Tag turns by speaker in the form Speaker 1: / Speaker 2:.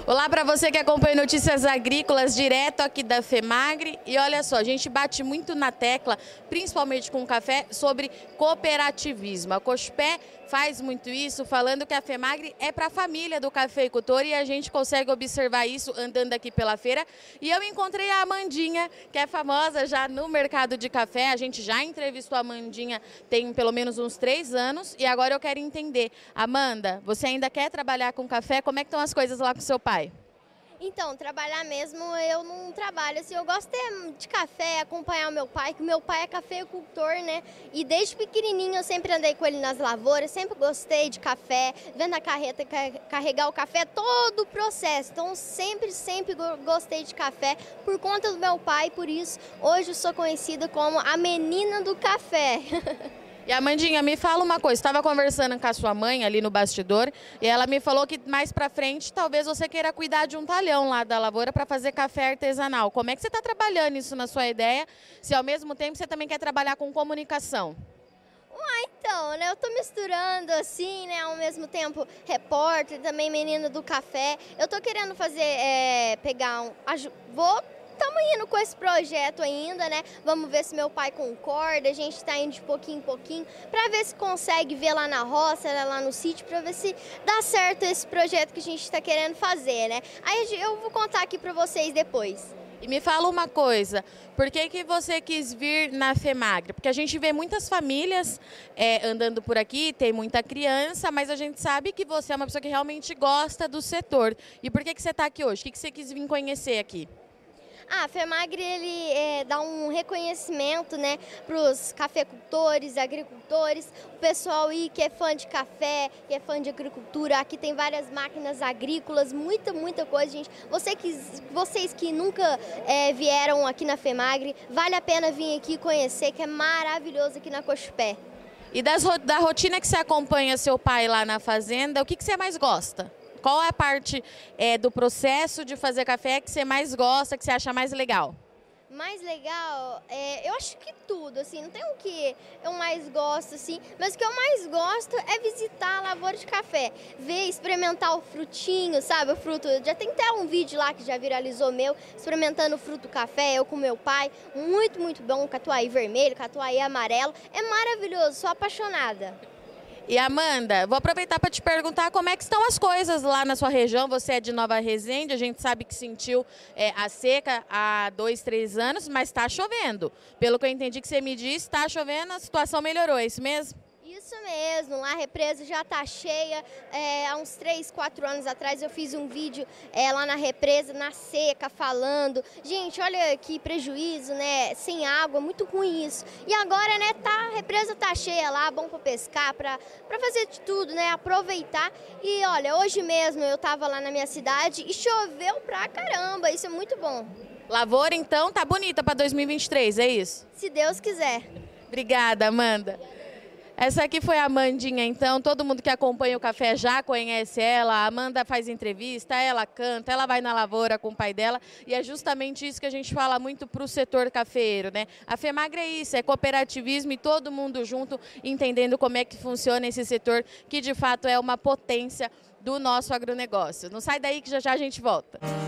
Speaker 1: Olá para você que acompanha Notícias Agrícolas direto aqui da FEMAGRE. E olha só, a gente bate muito na tecla, principalmente com o café, sobre cooperativismo. A Cospé faz muito isso, falando que a FEMAGRE é para a família do cafeicultor e a gente consegue observar isso andando aqui pela feira. E eu encontrei a Amandinha, que é famosa já no mercado de café. A gente já entrevistou a Amandinha tem pelo menos uns 3 anos e agora eu quero entender. Amanda, você ainda quer trabalhar com café? Como é que estão as coisas lá com seu pai?
Speaker 2: Então, trabalhar mesmo eu não trabalho, assim, eu gosto de café, acompanhar o meu pai, que o meu pai é cafeicultor, né? E desde pequenininho eu sempre andei com ele nas lavouras, sempre gostei de café, vendo a carreta carregar o café, todo o processo. Então, sempre gostei de café por conta do meu pai, por isso hoje eu sou conhecida como a menina do café.
Speaker 1: E Amandinha, me fala uma coisa, estava conversando com a sua mãe ali no bastidor e ela me falou que mais pra frente talvez você queira cuidar de um talhão lá da lavoura para fazer café artesanal. Como é que você está trabalhando isso na sua ideia, se ao mesmo tempo você também quer trabalhar com comunicação?
Speaker 2: Então, né, eu tô misturando assim, né, ao mesmo tempo repórter, também menina do café. Eu tô querendo fazer, Estamos indo com esse projeto ainda, né? Vamos ver se meu pai concorda. A gente está indo de pouquinho em pouquinho para ver se consegue ver lá na roça, lá no sítio, para ver se dá certo esse projeto que a gente está querendo fazer, né? Aí eu vou contar aqui para vocês depois.
Speaker 1: E me fala uma coisa, por que você quis vir na FEMAGRE? Porque a gente vê muitas famílias andando por aqui, tem muita criança, mas a gente sabe que você é uma pessoa que realmente gosta do setor. E por que você está aqui hoje? O que você quis vir conhecer aqui?
Speaker 2: A FEMAGRE ele dá um reconhecimento, né, para os cafeicultores, agricultores, o pessoal aí que é fã de café, que é fã de agricultura. Aqui tem várias máquinas agrícolas, muita coisa, gente. Vocês que nunca vieram aqui na FEMAGRE, vale a pena vir aqui conhecer, que é maravilhoso aqui na Cospé.
Speaker 1: E da rotina que você acompanha seu pai lá na fazenda, o que você mais gosta? Qual é a parte do processo de fazer café que você mais gosta, que você acha mais legal?
Speaker 2: Mais legal, eu acho que tudo, assim, não tem um que eu mais gosto, assim, mas o que eu mais gosto é visitar a lavoura de café, ver, experimentar o frutinho, sabe, o fruto, já tem até um vídeo lá que já viralizou meu, experimentando o fruto café, eu com meu pai, muito bom, catuai vermelho, catuai amarelo, é maravilhoso, sou apaixonada.
Speaker 1: E Amanda, vou aproveitar para te perguntar como é que estão as coisas lá na sua região. Você é de Nova Resende, a gente sabe que sentiu a seca há 2, 3 anos, mas está chovendo. Pelo que eu entendi que você me disse, está chovendo, a situação melhorou, é isso mesmo?
Speaker 2: Isso mesmo, lá a represa já está cheia. Há uns 3, 4 anos atrás eu fiz um vídeo lá na represa, na seca, falando. Gente, olha que prejuízo, né? Sem água, muito ruim isso. E agora, né, a represa está cheia lá, bom para pescar, para fazer de tudo, né? Aproveitar. E olha, hoje mesmo eu estava lá na minha cidade e choveu pra caramba, isso é muito bom.
Speaker 1: Lavoura, então, tá bonita para 2023, é isso?
Speaker 2: Se Deus quiser.
Speaker 1: Obrigada, Amanda. Essa aqui foi a Amandinha, então, todo mundo que acompanha o café já conhece ela, a Amanda faz entrevista, ela canta, ela vai na lavoura com o pai dela e é justamente isso que a gente fala muito para o setor cafeeiro, né? A FEMAGRE é isso, é cooperativismo e todo mundo junto entendendo como é que funciona esse setor que de fato é uma potência do nosso agronegócio. Não sai daí que já a gente volta.